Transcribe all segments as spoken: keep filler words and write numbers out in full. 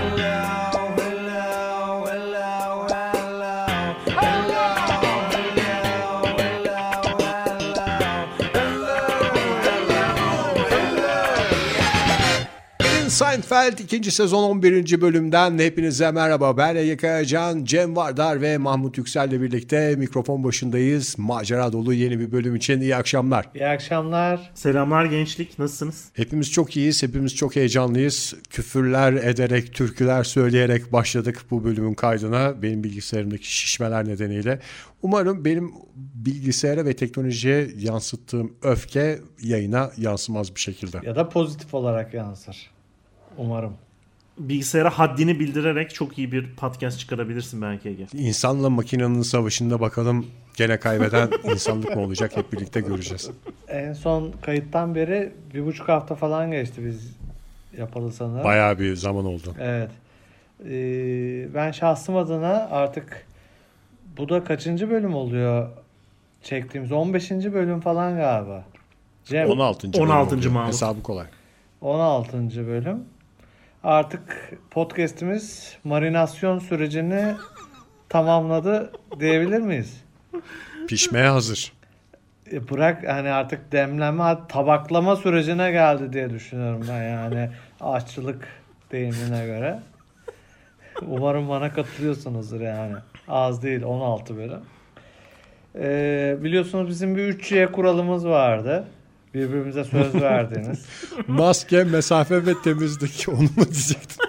Seinfeld ikinci sezon on birinci bölümden hepinize merhaba. Ben Ege Kayacan, Cem Vardar ve Mahmut Yüksel'le birlikte mikrofon başındayız. Macera dolu yeni bir bölüm için iyi akşamlar. İyi akşamlar. Selamlar gençlik, nasılsınız? Hepimiz çok iyiyiz, hepimiz çok heyecanlıyız. Küfürler ederek, türküler söyleyerek başladık bu bölümün kaydına. Benim bilgisayarımdaki şişmeler nedeniyle. Umarım benim bilgisayara ve teknolojiye yansıttığım öfke yayına yansımaz bir şekilde. Ya da pozitif olarak yansır. Umarım. Bilgisayara haddini bildirerek çok iyi bir podcast çıkarabilirsin belki Ege. İnsanla makinenin savaşında bakalım gene kaybeden insanlık mı olacak, hep birlikte göreceğiz. En son kayıttan beri bir buçuk hafta falan geçti biz yapalı sanırım. Bayağı bir zaman oldu. Evet. Ee, ben şahsım adına artık bu da kaçıncı bölüm oluyor çektiğimiz? on beşinci bölüm falan galiba. Cem. on altıncı on altıncı Mahmut. Hesabı kolay. on altıncı bölüm. Artık podcast'imiz marinasyon sürecini tamamladı diyebilir miyiz? Pişmeye hazır. E bırak hani artık demleme, tabaklama sürecine geldi diye düşünüyorum ben yani aşçılık deyimine göre. Umarım bana katılıyorsunuzdur yani. Az değil, on altı bölüm. Ee, biliyorsunuz bizim bir üç Y kuralımız vardı. Birbirimize söz verdiğiniz. Maske, mesafe ve temizlik. Onu mu diyecektin?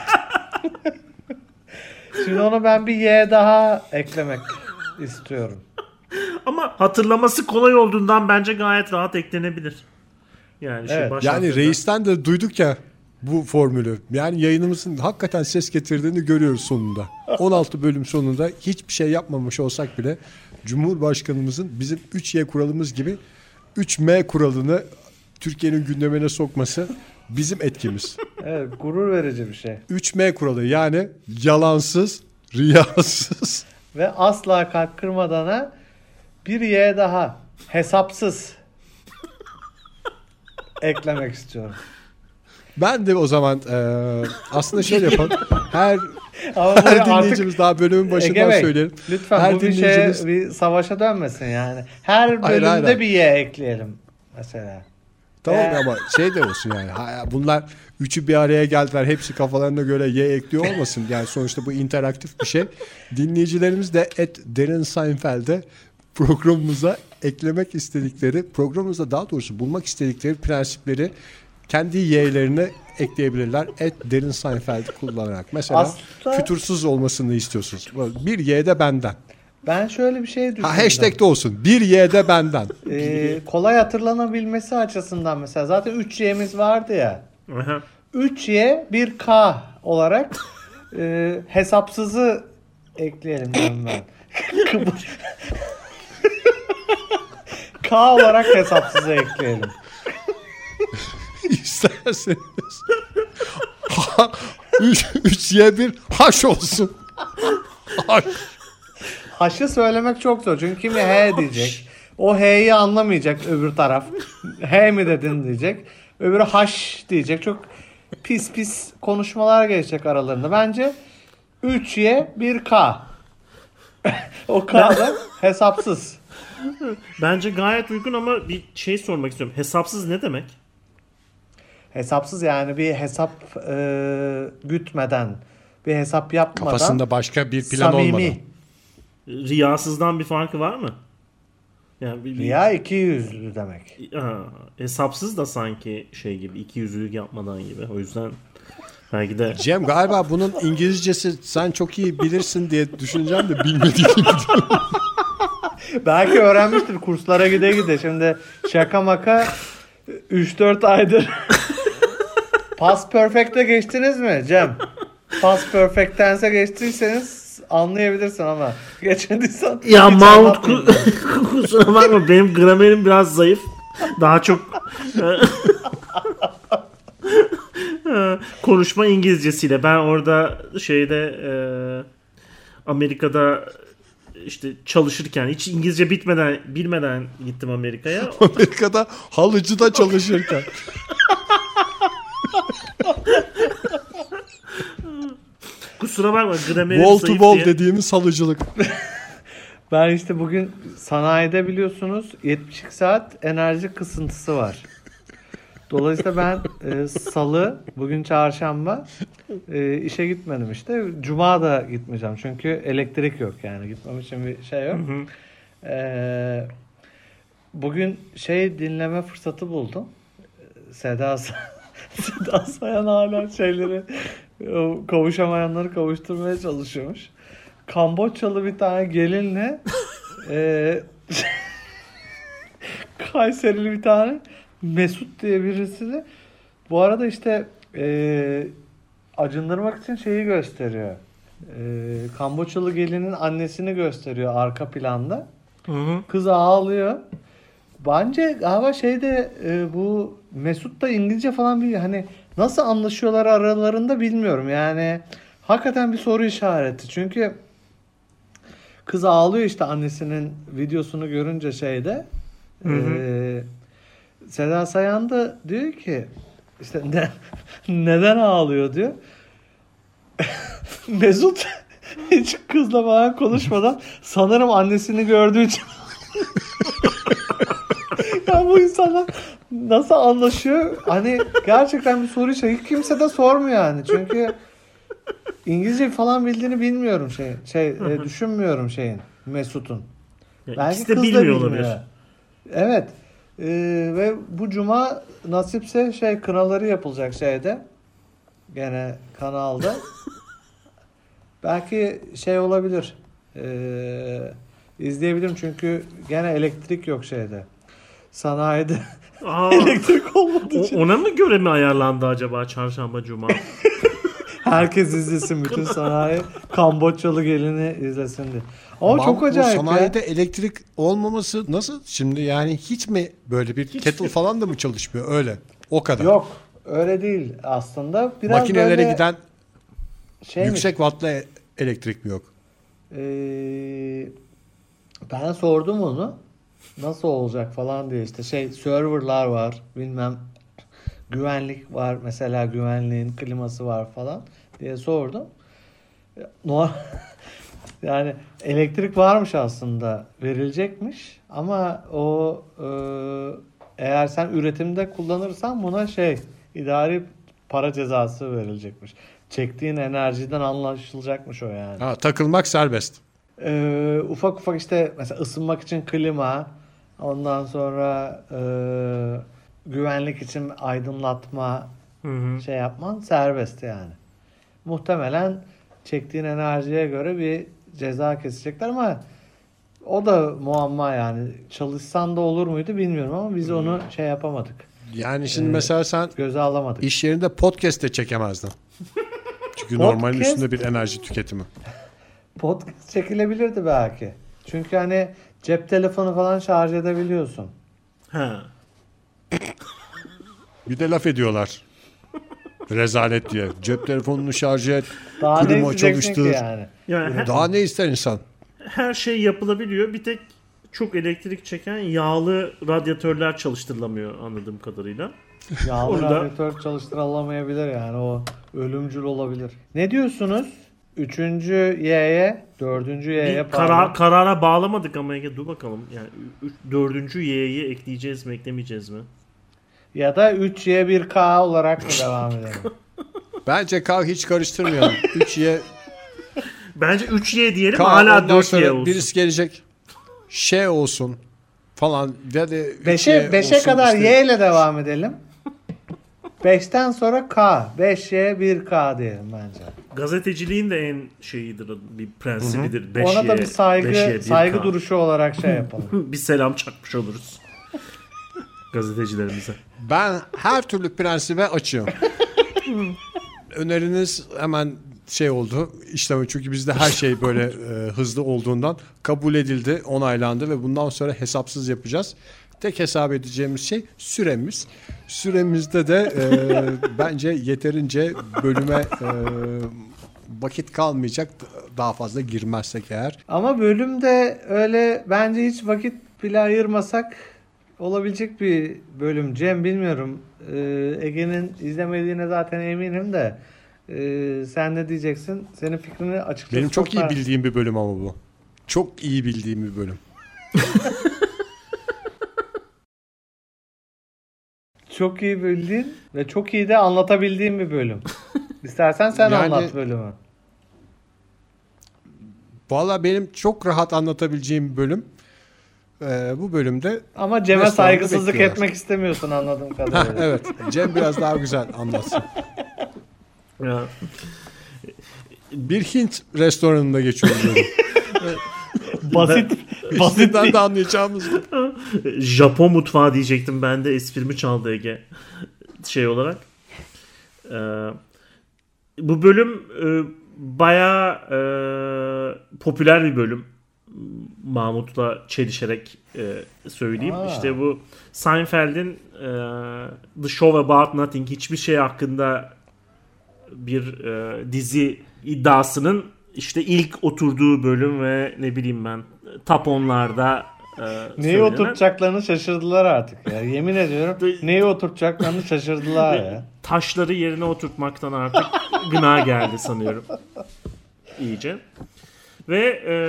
Şimdi onu ben bir Y daha eklemek istiyorum. Ama hatırlaması kolay olduğundan bence gayet rahat eklenebilir. Yani, şey evet. Yani reisten de duyduk ya bu formülü. Yani yayınımızın hakikaten ses getirdiğini görüyoruz sonunda. on altı bölüm sonunda hiçbir şey yapmamış olsak bile Cumhurbaşkanımızın bizim üç Y kuralımız gibi üç M kuralını Türkiye'nin gündemine sokması bizim etkimiz. Evet, gurur verici bir şey. üç M kuralı yani yalansız, riyasız ve asla kalp kırmadana bir Y daha hesapsız eklemek istiyorum. Ben de o zaman e, aslında şöyle yapalım. Her, Ama her dinleyicimiz artık, daha bölümün başından Ege Bey, söyleyelim. Lütfen her bu bir şeye, bir savaşa dönmesin yani. Her bölümde hayır, hayır, hayır. bir Y ekleyelim mesela. Tamam Ee... ama şey de olsun yani. Bunlar üçü bir araya geldiler. Hepsi kafalarına göre Y ekliyor olmasın. Yani sonuçta bu interaktif bir şey. Dinleyicilerimiz de et Derin Seinfeld'e programımıza eklemek istedikleri, programımızda daha doğrusu bulmak istedikleri prensipleri kendi Y'lerine ekleyebilirler. Et Derin Seinfeld'i kullanarak. Mesela Aslında... fütursuz olmasını istiyorsunuz. Bir Y de benden. Ben şöyle bir şey düşündüm. Ha, hashtag de olsun. Bir Y de benden. Ee, kolay hatırlanabilmesi açısından mesela zaten üç Y'miz vardı ya. üç Y bir K olarak e, hesapsızı ekleyelim ben. K olarak hesapsızı ekleyelim. İsterseniz üç Y bir H olsun. H. H'ı söylemek çok zor. Çünkü kimi H diyecek. O H'yi anlamayacak öbür taraf. H mi dedin diyecek. Öbürü H diyecek. Çok pis pis konuşmalar geçecek aralarında. Bence üç Y bir K. O K da hesapsız. Bence gayet uygun ama bir şey sormak istiyorum. Hesapsız ne demek? Hesapsız yani bir hesap e, gütmeden, bir hesap yapmadan. Kafasında başka bir plan samimi. olmadan. Riyasızdan bir farkı var mı? Yani bir, bir... Riya iki yüzlü demek. Ha, hesapsız da sanki şey gibi, iki yüzlülük yapmadan gibi. O yüzden belki de... Cem galiba bunun İngilizcesi sen çok iyi bilirsin diye düşüneceğim de bilmediğim gibi. Belki öğrenmiştir kurslara gide gide. Şimdi şaka maka üç dört aydır. Past Perfect'e geçtiniz mi Cem? Past Perfect tense'e geçtiyseniz anlayabilirsin ama geçmediysen ya Mahmut kusura bakma benim gramerim biraz zayıf. Daha çok konuşma İngilizcesiyle. Ben orada şeyde e, Amerika'da işte çalışırken hiç İngilizce bitmeden bilmeden gittim Amerika'ya. Amerika'da halıcıda çalışırken. kusura bakma. Gramerim Wall to zayıf wall diye. dediğimiz salıcılık. Ben işte bugün sanayide biliyorsunuz yetmiş iki saat enerji kısıntısı var. Dolayısıyla ben e, salı, bugün çarşamba e, işe gitmedim işte. Cuma da gitmeyeceğim çünkü elektrik yok yani gitmem için bir şey yok. Hı hı. E, bugün şey dinleme fırsatı buldum. Seda, Seda Sayan hala şeyleri o kavuşamayanları kavuşturmaya çalışıyormuş. Kamboçyalı bir tane gelinle e, Kayserili bir tane Mesut diye birisi de bu arada işte e, acındırmak için şeyi gösteriyor. E, Kamboçyalı gelinin annesini gösteriyor arka planda. Hı hı. Kız ağlıyor. Bence galiba şeyde e, bu Mesut da İngilizce falan bir hani nasıl anlaşıyorlar aralarında bilmiyorum. Yani hakikaten bir soru işareti. Çünkü kız ağlıyor işte annesinin videosunu görünce şeyde. Hı hı. E, Seda Sayan da diyor ki işte ne, neden ağlıyor diyor. Mesut hiç kızla falan konuşmadan sanırım annesini gördüğü için ya bu insanlar nasıl anlaşıyor? Hani gerçekten bir soru işareti. Kimse de sormuyor yani. Çünkü İngilizce falan bildiğini bilmiyorum şey. Şey e, düşünmüyorum şeyin Mesut'un. Ya Belki ikisi de kız da bilmiyor bilmiyor. olabilir. Evet. Ee, ve bu cuma nasipse şey kınaları yapılacak şeyde. Gene kanalda. Belki şey olabilir. Ee, izleyebilirim çünkü gene elektrik yok şeyde. Sanayide Aa, elektrik olmadığı o- için. ona mı göre mi ayarlandı acaba çarşamba cuma? Herkes izlesin bütün sanayi. Kamboçyalı gelini izlesin diye. Ama Ama çok bu acayip sanayide ya. elektrik olmaması nasıl? Şimdi yani hiç mi böyle bir kettle falan da mı çalışmıyor öyle? O kadar. Yok öyle değil aslında. Biraz Makinelere böyle giden şeymiş. yüksek wattlı e- elektrik mi yok? Ee, ben sordum onu. Nasıl olacak falan diye işte şey serverlar var bilmem güvenlik var mesela güvenliğin kliması var falan diye sordum. No- yani elektrik varmış aslında verilecekmiş ama o e, eğer sen üretimde kullanırsan buna şey idari para cezası verilecekmiş. Çektiğin enerjiden anlaşılacakmış o yani. Ha, takılmak serbest. Ee, ufak ufak işte mesela ısınmak için klima, ondan sonra e, güvenlik için aydınlatma Hı hı. şey yapman serbest yani. Muhtemelen çektiğin enerjiye göre bir ceza kesecekler ama o da muamma yani. Çalışsan da olur muydu bilmiyorum ama biz onu şey yapamadık. Yani şimdi Ee, mesela sen Göze alamadık. iş yerinde podcast de çekemezdin. Çünkü Podcast- normalin üstünde bir enerji tüketimi. Podcast çekilebilirdi belki. Çünkü hani cep telefonu falan şarj edebiliyorsun. Ha. Bir de laf ediyorlar. Rezalet diye. Cep telefonunu şarj et. Daha ne Klima isteyeceksin ki çalıştır. yani? Yani her, Daha ne ister insan? her şey yapılabiliyor. Bir tek çok elektrik çeken yağlı radyatörler çalıştırılamıyor anladığım kadarıyla. Yağmur Orada- radyatör çalıştırılamayabilir yani o ölümcül olabilir. Ne diyorsunuz? Üçüncü Y'ye, dördüncü Y'ye Bir karar, karara bağlamadık ama Ege dur bakalım. Yani üç, dördüncü Y'yi ekleyeceğiz mi eklemeyeceğiz mi? Ya da üç Y bir K olarak mı devam edelim? Bence K hiç karıştırmayalım. üç Y Bence üç Y diyelim K hala ondan dört sonra Y olsun. birisi gelecek. Şey olsun falan. Ya da üç Beşe, Y beşe olsun kadar işte. Y ile devam edelim. Beşten sonra K. beş Y bir K diyelim bence. Gazeteciliğin de en şeyidir, bir prensibidir. beş Ona da Y, bir saygı beş Y, bir saygı K. duruşu olarak şey yapalım. Bir selam çakmış oluruz. Gazetecilerimize. Ben her türlü prensibe açığım. Öneriniz hemen şey oldu. İşlemi çünkü bizde her şey böyle e, hızlı olduğundan kabul edildi, onaylandı ve bundan sonra hesapsız yapacağız. Tek hesap edeceğimiz şey süremiz. Süremizde de e, bence yeterince bölüme e, vakit kalmayacak daha fazla girmezsek eğer. Ama bölümde öyle bence hiç vakit bile ayırmasak olabilecek bir bölüm. Cem bilmiyorum. Ee, Ege'nin izlemediğine zaten eminim de Ee, sen ne diyeceksin? Senin fikrini açıkçası Benim çok iyi var. bildiğim bir bölüm ama bu. Çok iyi bildiğim bir bölüm. Çok iyi bildiğin ve çok iyi de anlatabildiğin bir bölüm. İstersen sen Yani- anlat bölümü. Valla benim çok rahat anlatabileceğim bir bölüm. Ee, bu bölümde Ama Cem'e Restoranda saygısızlık bekliyorlar. etmek istemiyorsun anladığım Heh, kadarıyla. evet, Cem biraz daha güzel anlatsın. Ya, Bir Hint restoranında geçiyoruz bölüm. Basit basit Sizden bir- de anlayacağımız gibi. Japon mutfağı diyecektim ben de, esprimi çaldı Ege şey olarak. Ee, bu bölüm e, bayağı e, popüler bir bölüm. Mahmut'la çelişerek e, söyleyeyim. Aa. İşte bu Seinfeld'in e, The Show About Nothing, hiçbir şey hakkında bir e, dizi iddiasının işte ilk oturduğu bölüm ve ne bileyim ben top onlarda e, Neyi söylenen- oturtacaklarını şaşırdılar artık ya. Yemin ediyorum neyi oturtacaklarını şaşırdılar ya. taşları yerine oturtmaktan artık gına geldi sanıyorum. İyice. Ve e,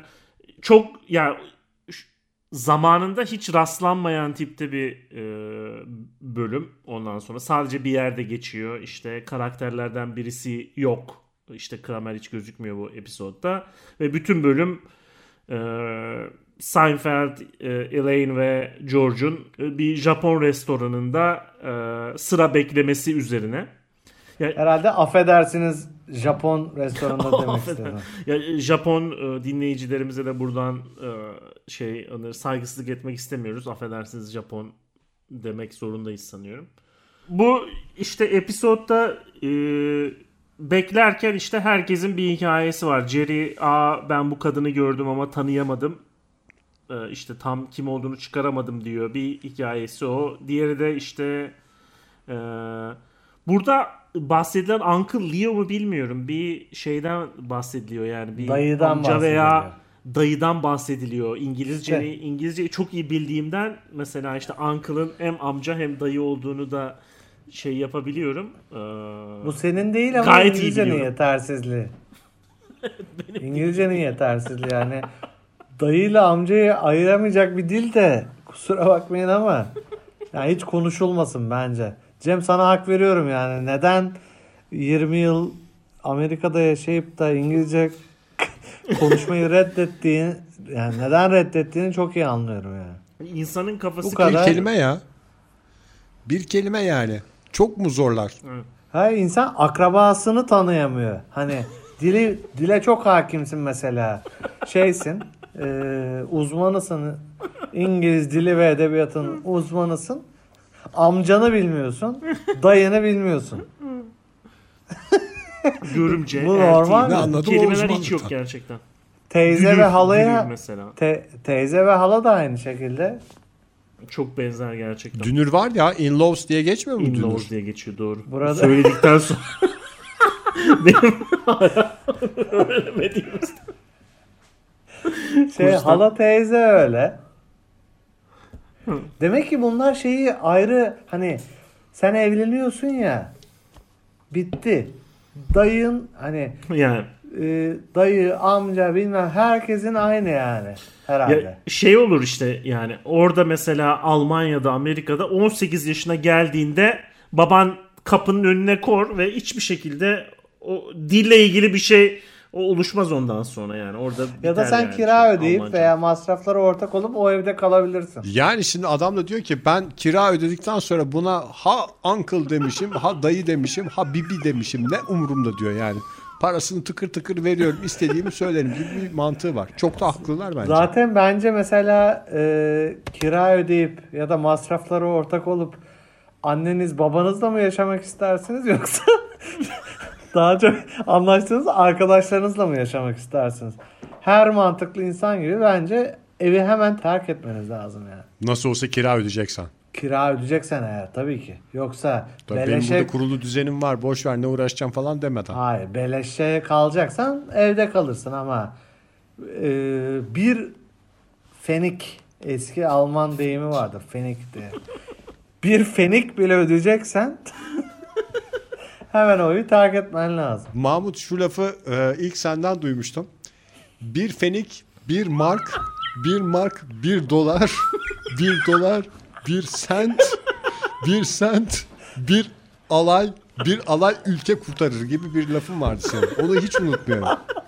çok ya ş- zamanında hiç rastlanmayan tipte bir e, bölüm ondan sonra. Sadece bir yerde geçiyor. İşte karakterlerden birisi yok. İşte Kramer hiç gözükmüyor bu episodda. Ve bütün bölüm e, Seinfeld, e, Elaine ve George'un e, bir Japon restoranında e, sıra beklemesi üzerine. Herhalde affedersiniz Japon restoranında demek Affeder. istedim. Ya, Japon e, dinleyicilerimize de buradan e, şey hani saygısızlık etmek istemiyoruz. Affedersiniz Japon demek zorundayız sanıyorum. Bu işte episodda e, beklerken işte herkesin bir hikayesi var. Jerry, aa ben bu kadını gördüm ama tanıyamadım. E, işte tam kim olduğunu çıkaramadım diyor. Bir hikayesi o. Diğeri de işte e, burada bahsedilen Uncle Leo mu bilmiyorum. Bir şeyden bahsediliyor yani. Bir Dayıdan amca veya bahsediliyor. dayıdan bahsediliyor. İngilizce İşte. İngilizceyi çok iyi bildiğimden mesela işte Uncle'ın hem amca hem dayı olduğunu da şey yapabiliyorum. Ee, Bu senin değil ama Gayet iyi İngilizcenin biliyorum. yetersizliği. İngilizcenin yetersizliği yani. Dayıyla amcayı ayıramayacak bir dil de kusura bakmayın ama yani hiç konuşulmasın bence. Cem sana hak veriyorum yani. Neden yirmi yıl Amerika'da yaşayıp da İngilizce konuşmayı reddettiğini, yani neden reddettiğini çok iyi anlıyorum yani. insanın kafası Bu kadar. Bir kelime ya. Bir kelime yani. Çok mu zorlar? Hayır, insan akrabasını tanıyamıyor. Hani dili dile çok hakimsin mesela. Şeysin, e, uzmanısın. İngiliz dili ve edebiyatının uzmanısın. Amcanı bilmiyorsun. Dayını bilmiyorsun. görümce, Bu elti, normal mi? Anladım, o kelimeler hiç uzmanlıktan. yok gerçekten. Teyze Dülür, ve halaya dülür mesela. te- teyze ve hala da aynı şekilde. Çok benzer gerçekten. Dünür var ya, in-laws diye geçmiyor mu In-laws dünür? diye geçiyor doğru. Burada- Söyledikten sonra benim öğrenemediğimiz. Şey, Kurstan- hala teyze öyle. Demek ki bunlar şeyi ayrı, hani sen evleniyorsun ya, bitti. Dayın hani Yani e, dayı, amca bilmem herkesin aynı yani herhalde. ya şey olur işte yani orada mesela Almanya'da, Amerika'da on sekiz yaşına geldiğinde baban kapının önüne kor ve hiçbir şekilde o dille ilgili bir şey o oluşmaz ondan sonra yani orada Ya da biter sen yani kira şey, ödeyip Almanca. veya masraflara ortak olup o evde kalabilirsin. Yani şimdi adam da diyor ki ben kira ödedikten sonra buna ha uncle demişim, ha dayı demişim, ha bibi demişim. Ne umurumda diyor yani. Parasını tıkır tıkır veriyorum, istediğimi söylerim gibi bir mantığı var. Çok da haklılar bence. Zaten bence mesela e, kira ödeyip ya da masraflara ortak olup anneniz babanızla mı yaşamak istersiniz yoksa daha çok anlaştığınız arkadaşlarınızla mı yaşamak istersiniz? Her mantıklı insan gibi bence evi hemen terk etmeniz lazım yani. Nasıl olsa kira ödeyeceksen. Kira ödeyeceksen eğer tabii ki. Yoksa Tabii benim beleşe, burada kurulu düzenim var, boş ver ne uğraşacağım falan demeden. hayır, beleşe kalacaksan evde kalırsın ama e, bir fenik, eski Alman deyimi vardır fenik diye. Bir fenik bile ödeyeceksen hemen oyu terk etmen lazım. Mahmut şu lafı e, ilk senden duymuştum. Bir fenik, bir mark, bir mark, bir dolar, bir dolar, bir sent, bir sent, bir alay, bir alay ülke kurtarır gibi bir lafın vardı senin. Onu hiç unutmuyorum.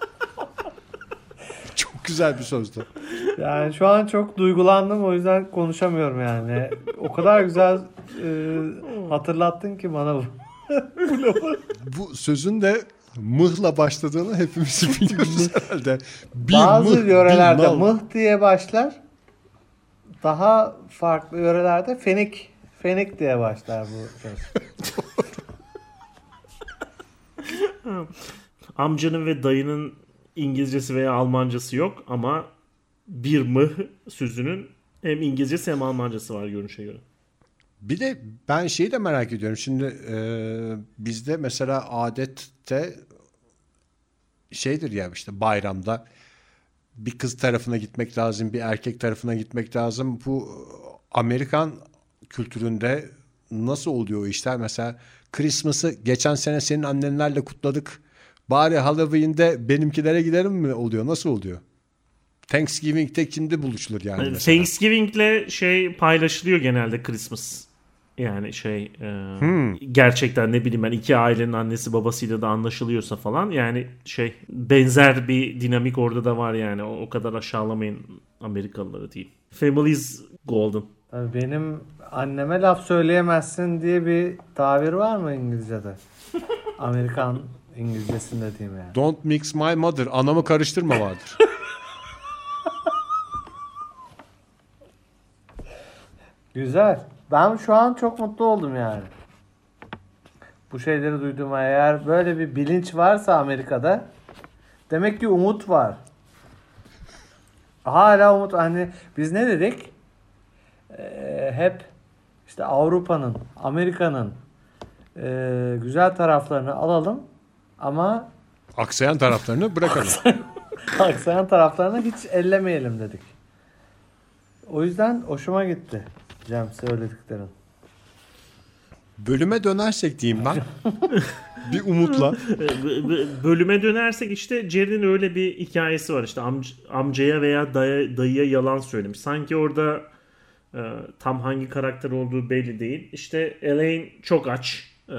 Çok güzel bir sözdü. Yani şu an çok duygulandım, o yüzden konuşamıyorum yani. O kadar güzel e, hatırlattın ki bana bu. bu lafı. Bu sözün de mıhla başladığını hepimiz biliyoruz herhalde. Bir Bazı mıh, yörelerde bir nal. mıh diye başlar. Daha farklı yörelerde fenik fenik diye başlar bu söz. Amcanın ve dayının İngilizcesi veya Almancası yok ama bir mıh sözünün hem İngilizcesi hem Almancası var görünüşe göre. Bir de ben şeyi de merak ediyorum. Şimdi e, bizde mesela adette şeydir ya, işte bayramda bir kız tarafına gitmek lazım, bir erkek tarafına gitmek lazım. Bu Amerikan kültüründe nasıl oluyor o işler? Mesela Christmas'ı geçen sene senin annenlerle kutladık. Bari Halloween'de benimkilere gidelim mi oluyor? Nasıl oluyor? Thanksgiving'de kimde buluşulur yani Yani mesela? Thanksgiving'le şey paylaşılıyor genelde Christmas. Yani şey e, Hmm. gerçekten ne bileyim ben iki ailenin annesi babasıyla da anlaşılıyorsa falan yani şey benzer bir dinamik orada da var yani. O, o kadar aşağılamayın Amerikalıları değil. Family's golden. Tabii benim anneme laf söyleyemezsin diye bir tabir var mı İngilizce'de? Amerikan İngilizcesinde diyeyim yani. Don't mix my mother. Anamı karıştırma vardır. Güzel. Ben şu an çok mutlu oldum yani. Bu şeyleri duyduğuma, eğer böyle bir bilinç varsa Amerika'da demek ki umut var. Hala umut. Hani biz ne dedik? Ee, hep işte Avrupa'nın, Amerika'nın e, güzel taraflarını alalım ama Aksayan taraflarını bırakalım. aksayan taraflarını hiç ellemeyelim dedik. O yüzden hoşuma gitti Cem söylediklerin. Bölüme dönersek diyeyim ben. Bir umutla. B- b- Bölüme dönersek işte Jerry'nin öyle bir hikayesi var işte amc- amcaya veya daya- dayıya yalan söylemiş. Sanki orada e, tam hangi karakter olduğu belli değil. İşte Elaine çok aç. E,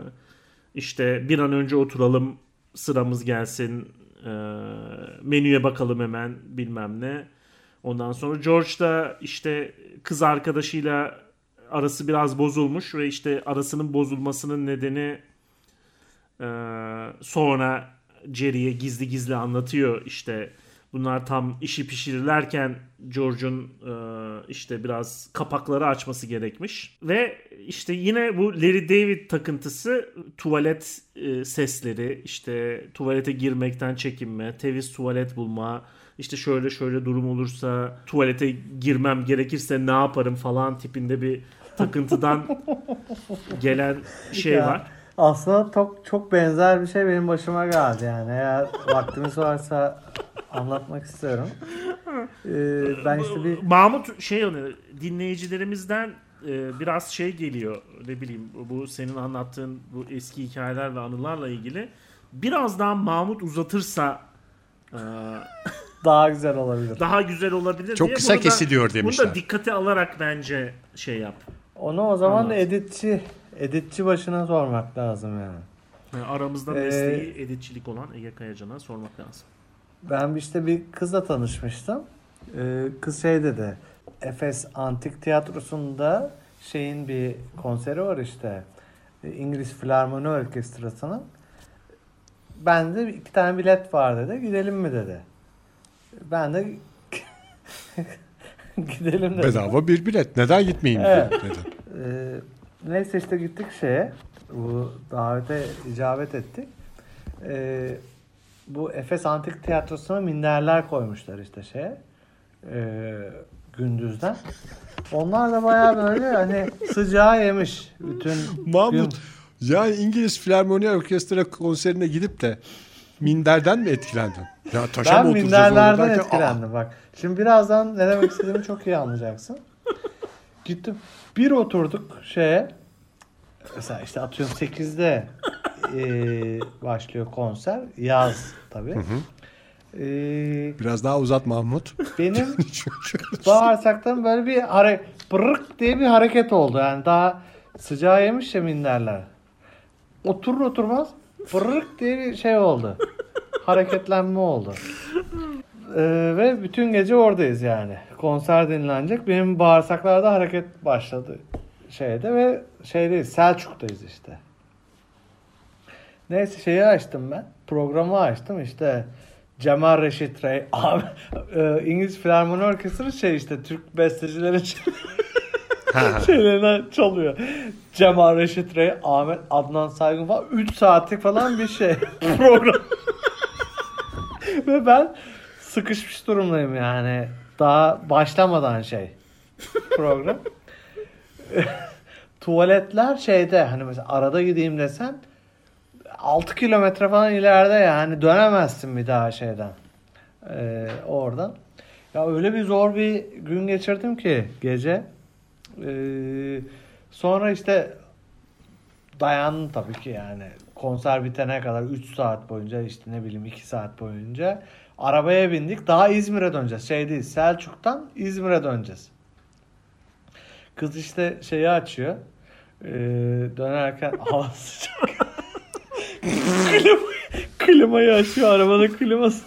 işte bir an önce oturalım, sıramız gelsin, e, menüye bakalım hemen bilmem ne. Ondan sonra George da işte kız arkadaşıyla arası biraz bozulmuş ve işte arasının bozulmasının nedeni e, sonra Jerry'ye gizli gizli anlatıyor. İşte bunlar tam işi pişirirlerken George'un e, işte biraz kapakları açması gerekmiş. Ve işte yine bu Larry David takıntısı, tuvalet e, sesleri, işte tuvalete girmekten çekinme, temiz tuvalet bulma, işte şöyle şöyle durum olursa tuvalete girmem gerekirse ne yaparım falan tipinde bir takıntıdan gelen şey Ya, var. aslında çok çok benzer bir şey benim başıma geldi yani. Eğer vaktimiz varsa anlatmak istiyorum. Ee, ben işte bir Mahmut şey onu dinleyicilerimizden e, biraz şey geliyor, ne bileyim bu senin anlattığın bu eski hikayeler ve anılarla ilgili biraz daha Mahmut uzatırsa e, daha güzel olabilir. daha güzel olabilir Çok diye. kısa Bunu da- kesiliyor Bunu demişler. da dikkate alarak bence şey yap. Onu o zaman da Anlat. editçi editçi başına sormak lazım yani. Yani aramızda Ee, mesleği editçilik olan Ege Kayacan'a sormak lazım. Ben işte bir kızla tanışmıştım. Ee, kız şey dedi. Efes Antik Tiyatrosu'nda şeyin bir konseri var işte. Ee, İngiliz Filarmoni Orkestrası'nın. Ben de iki tane bilet var dedi. Gidelim mi dedi. Ben de gidelim dedim. Bedava bir bilet. Neden gitmeyeyim Evet. dedi. Ee, neyse işte gittik şeye. Bu davete icabet ettik. Ee, bu Efes Antik Tiyatrosu'na minderler koymuşlar işte şeye. Ee, gündüzden. Onlar da bayağı böyle hani sıcağı yemiş. Bütün Mahmut, gün- yani İngiliz Filarmoni Orkestra konserine gidip de minderden mi etkilendin? Ya taşa Ben mı oturacağız minderlerden orada derken, etkilendim bak. Şimdi birazdan ne demek istediğimi çok iyi anlayacaksın. Gittim. Bir oturduk şeye. Mesela işte atıyorum sekizde e, başlıyor konser. Yaz tabii. Hı hı. E, Biraz daha uzat Mahmut. Benim bağırsaktan böyle bir hare pırık diye bir hareket oldu. Yani daha sıcağı yemiş ya minderler. Oturur oturmaz pırık diye bir şey oldu. Hareketlenme oldu. Ee, ve bütün gece oradayız yani. Konser dinlenecek. Benim bağırsaklarda hareket başladı şeyde ve şeydeyiz, Selçuk'tayız işte. Neyse şeyi açtım ben. Programı açtım işte. Cemal Reşit Rey, abi, e, İngiliz Filarmoni Orkestrası şey işte Türk bestecileri şeylerine çalıyor. Cemal Reşit Rey, Ahmet Adnan Saygun falan üç saatlik falan bir şey program. Ve ben sıkışmış durumdayım yani. Daha başlamadan şey program. Tuvaletler şeyde hani mesela arada gideyim desem altı kilometre falan ileride yani dönemezsin bir daha şeyden. Ee, oradan. Ya öyle bir zor bir gün geçirdim ki gece. Ee, sonra işte dayandım tabii ki yani. Konser bitene kadar üç saat boyunca işte ne bileyim iki saat boyunca arabaya bindik. Daha İzmir'e döneceğiz. Şey değil, Selçuk'tan İzmir'e döneceğiz. Kız işte şeyi açıyor. Ee, dönerken hava sıcak. Klima, klimayı açıyor, arabanın kliması.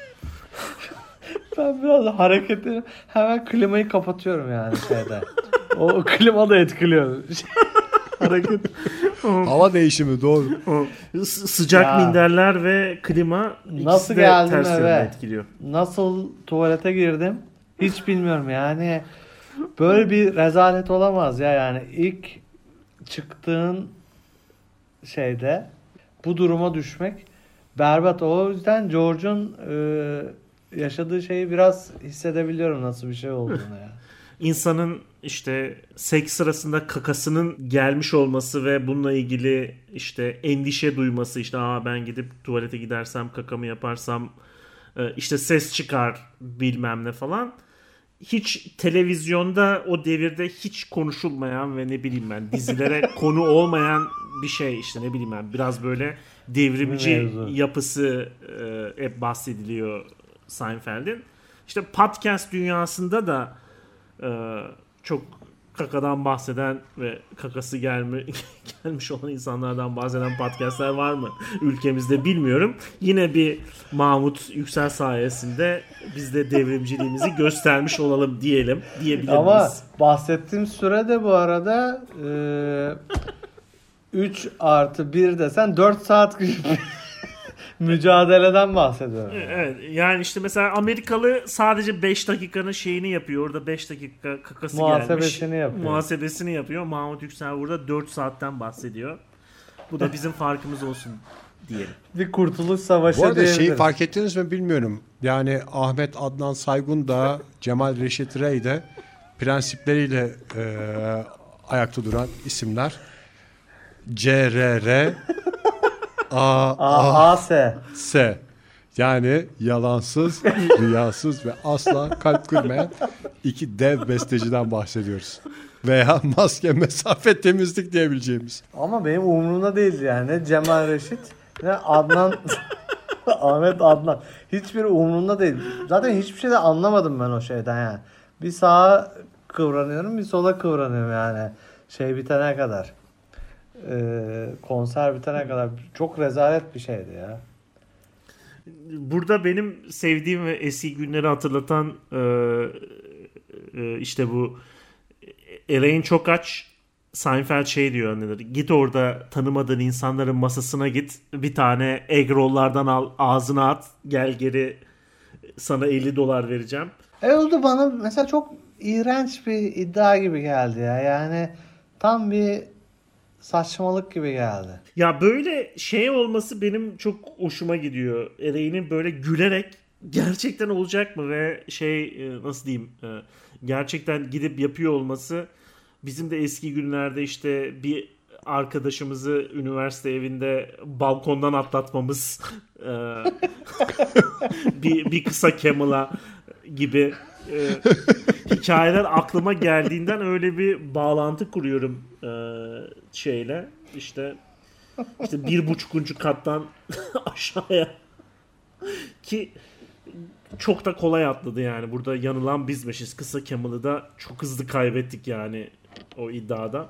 Ben biraz hareketlerim. Hemen klimayı kapatıyorum yani şeyde. O klima da etkiliyor. Hareket. Hava değişimi doğru. S- sıcak ya, minderler ve klima nasıl geldim eve? Etkiliyor. Nasıl tuvalete girdim? Hiç bilmiyorum yani. Böyle bir rezalet olamaz ya yani. İlk çıktığın şeyde bu duruma düşmek berbat. O yüzden George'un e, yaşadığı şeyi biraz hissedebiliyorum nasıl bir şey olduğunu ya. İnsanın işte seks sırasında kakasının gelmiş olması ve bununla ilgili işte endişe duyması, işte aa ben gidip tuvalete gidersem kakamı yaparsam işte ses çıkar bilmem ne falan. Hiç televizyonda o devirde hiç konuşulmayan ve ne bileyim ben dizilere konu olmayan bir şey, işte ne bileyim ben biraz böyle devrimci yapısı e, hep bahsediliyor Seinfeld'in. İşte podcast dünyasında da e, çok kakadan bahseden ve kakası gelme, gelmiş olan insanlardan bahseden podcastler var mı ülkemizde bilmiyorum. Yine bir Mahmut Yüksel sayesinde biz de devrimciliğimizi göstermiş olalım diyelim. Diyebilir Ama miyiz? bahsettiğim süre de bu arada e, üç artı bir desen dört saat gibi mücadeleden bahsediyorum. Evet, yani işte mesela Amerikalı sadece beş dakikanın şeyini yapıyor. Orada beş dakika kakası muhasebesini gelmiş. yapıyor. Muhasebesini yapıyor. Mahmut Yüksel burada dört saatten bahsediyor. Bu da bizim farkımız olsun diyelim. Bir kurtuluş savaşı Bu arada diyebiliriz. şeyi fark ettiniz mi bilmiyorum. Yani Ahmet Adnan Saygun da Cemal Reşit Rey de prensipleriyle e, ayakta duran isimler. C R R A A S S yani yalansız, riyasız ve asla kalp kırmayan iki dev besteciden bahsediyoruz. Veya maske, mesafe, temizlik diyebileceğimiz. Ama benim umurumda değil yani. Cemal Reşit ne Adnan Ahmet Adnan. Hiçbir umurumda değil. Zaten hiçbir şey de anlamadım ben o şeyden yani. Bir sağa kıvranıyorum, bir sola kıvranıyorum yani. Şey bitene kadar. Ee, konser bitene kadar çok rezalet bir şeydi ya. Burada benim sevdiğim ve eski günleri hatırlatan e, e, işte bu Elaine çok aç, Seinfeld şey diyor anneleri. Git orada tanımadığın insanların masasına git. Bir tane egg roll'lardan al, ağzına at. Gel geri sana elli dolar vereceğim. E oldu bana mesela çok iğrenç bir iddia gibi geldi ya. Yani tam bir saçmalık gibi geldi. Ya böyle şey olması benim çok hoşuma gidiyor. Elaine'in böyle gülerek gerçekten olacak mı ve şey nasıl diyeyim gerçekten gidip yapıyor olması bizim de eski günlerde işte bir arkadaşımızı üniversite evinde balkondan atlatmamız bir, bir kısa Camel'a gibi e, hikayeler aklıma geldiğinden öyle bir bağlantı kuruyorum e, şeyle işte İşte bir buçukuncu kattan aşağıya ki çok da kolay atladı yani. Burada yanılan bizmişiz. Kısa Kemal'ı da çok hızlı kaybettik yani o iddiada.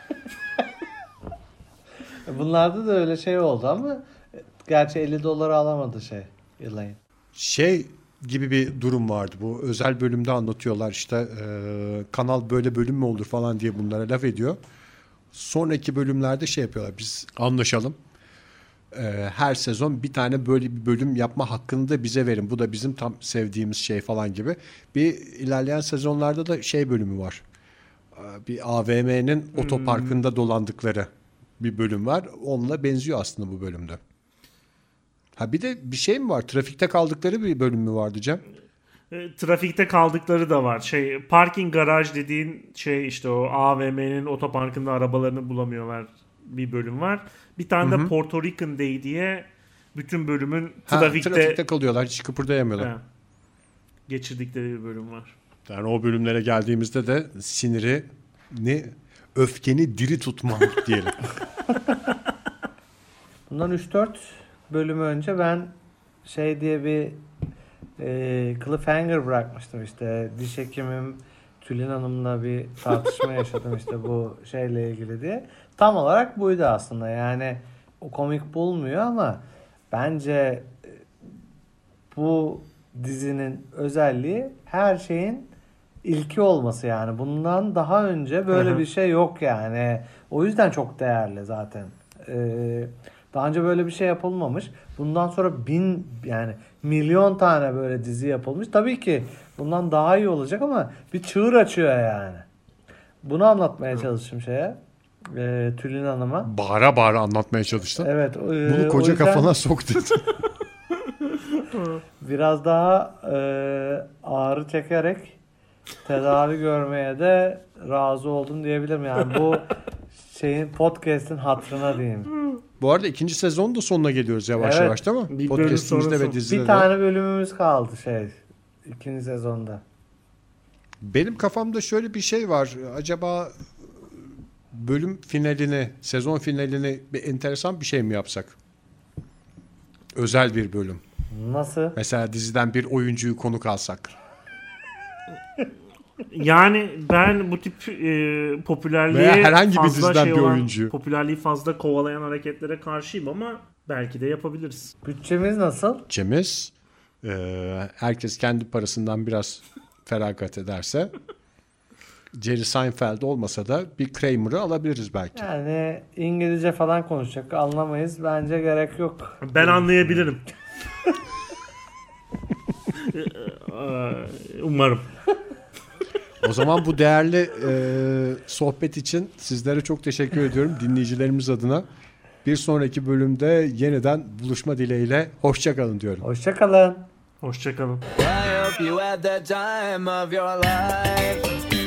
Bunlarda da öyle şey oldu ama gerçi elli doları alamadı şey Elaine. Şey gibi bir durum vardı. Bu özel bölümde anlatıyorlar işte e, kanal böyle bölüm mü olur falan diye bunlara laf ediyor. Sonraki bölümlerde şey yapıyorlar. Biz anlaşalım. E, her sezon bir tane böyle bir bölüm yapma hakkını da bize verin. Bu da bizim tam sevdiğimiz şey falan gibi. Bir ilerleyen sezonlarda da şey bölümü var. E, bir A V M'nin hmm. otoparkında dolandıkları bir bölüm var. Onunla benziyor aslında bu bölümde. Ha bir de bir şey mi var? Trafikte kaldıkları bir bölüm mü vardı Cem? E, trafikte kaldıkları da var. Şey parking garaj dediğin şey işte o A V M'nin otoparkında arabalarını bulamıyorlar bir bölüm var. Bir tane Hı-hı. de Puerto Rican Day diye bütün bölümün trafikte, ha, trafikte kalıyorlar. Hiç kıpırdayamıyorlar. He, geçirdikleri bir bölüm var. Yani o bölümlere geldiğimizde de siniri ne öfkeni diri tutma diyelim. Bundan üç dört bölümü önce ben şey diye bir e, cliffhanger bırakmıştım işte diş hekimim Tülin Hanım'la bir tartışma yaşadım işte bu şeyle ilgili diye. Tam olarak buydu aslında yani o komik bulmuyor ama bence bu dizinin özelliği her şeyin ilki olması yani bundan daha önce böyle Hı-hı. bir şey yok yani o yüzden çok değerli zaten. Ee, Daha önce böyle bir şey yapılmamış. Bundan sonra bin yani milyon tane böyle dizi yapılmış. Tabii ki bundan daha iyi olacak ama bir çığır açıyor yani. Bunu anlatmaya çalıştım şeye. E, Tülin Hanım'a. Bağıra bağıra anlatmaya çalıştın. Evet. E, Bunu koca yüzden... kafana sok dedi. Biraz daha e, ağrı çekerek tedavi görmeye de razı oldum diyebilirim. Yani bu şeyin podcast'in hatırına diyeyim. Bu arada ikinci sezonun da sonuna geliyoruz yavaş evet. yavaş değil mi? Bir Podcast'imizde ve dizide. Bir tane bölümümüz kaldı şey ikinci sezonda. Benim kafamda şöyle bir şey var. Acaba bölüm finalini, sezon finalini bir enteresan bir şey mi yapsak? Özel bir bölüm. Nasıl? Mesela diziden bir oyuncuyu konuk alsak. Yani ben bu tip e, popülerliği veya herhangi bir fazla diziden şey bir olan, oyuncu. popülerliği fazla kovalayan hareketlere karşıyım ama belki de yapabiliriz. Bütçemiz nasıl? Bütçemiz e, herkes kendi parasından biraz feragat ederse Jerry Seinfeld olmasa da bir Kramer'ı alabiliriz belki. Yani İngilizce falan konuşacak anlamayız. Bence gerek yok. Ben anlayabilirim. Umarım. O zaman bu değerli e, sohbet için sizlere çok teşekkür ediyorum dinleyicilerimiz adına. Bir sonraki bölümde yeniden buluşma dileğiyle hoşça kalın diyorum. Hoşça kalın. Hoşça kalın. I hope you had the time of your life.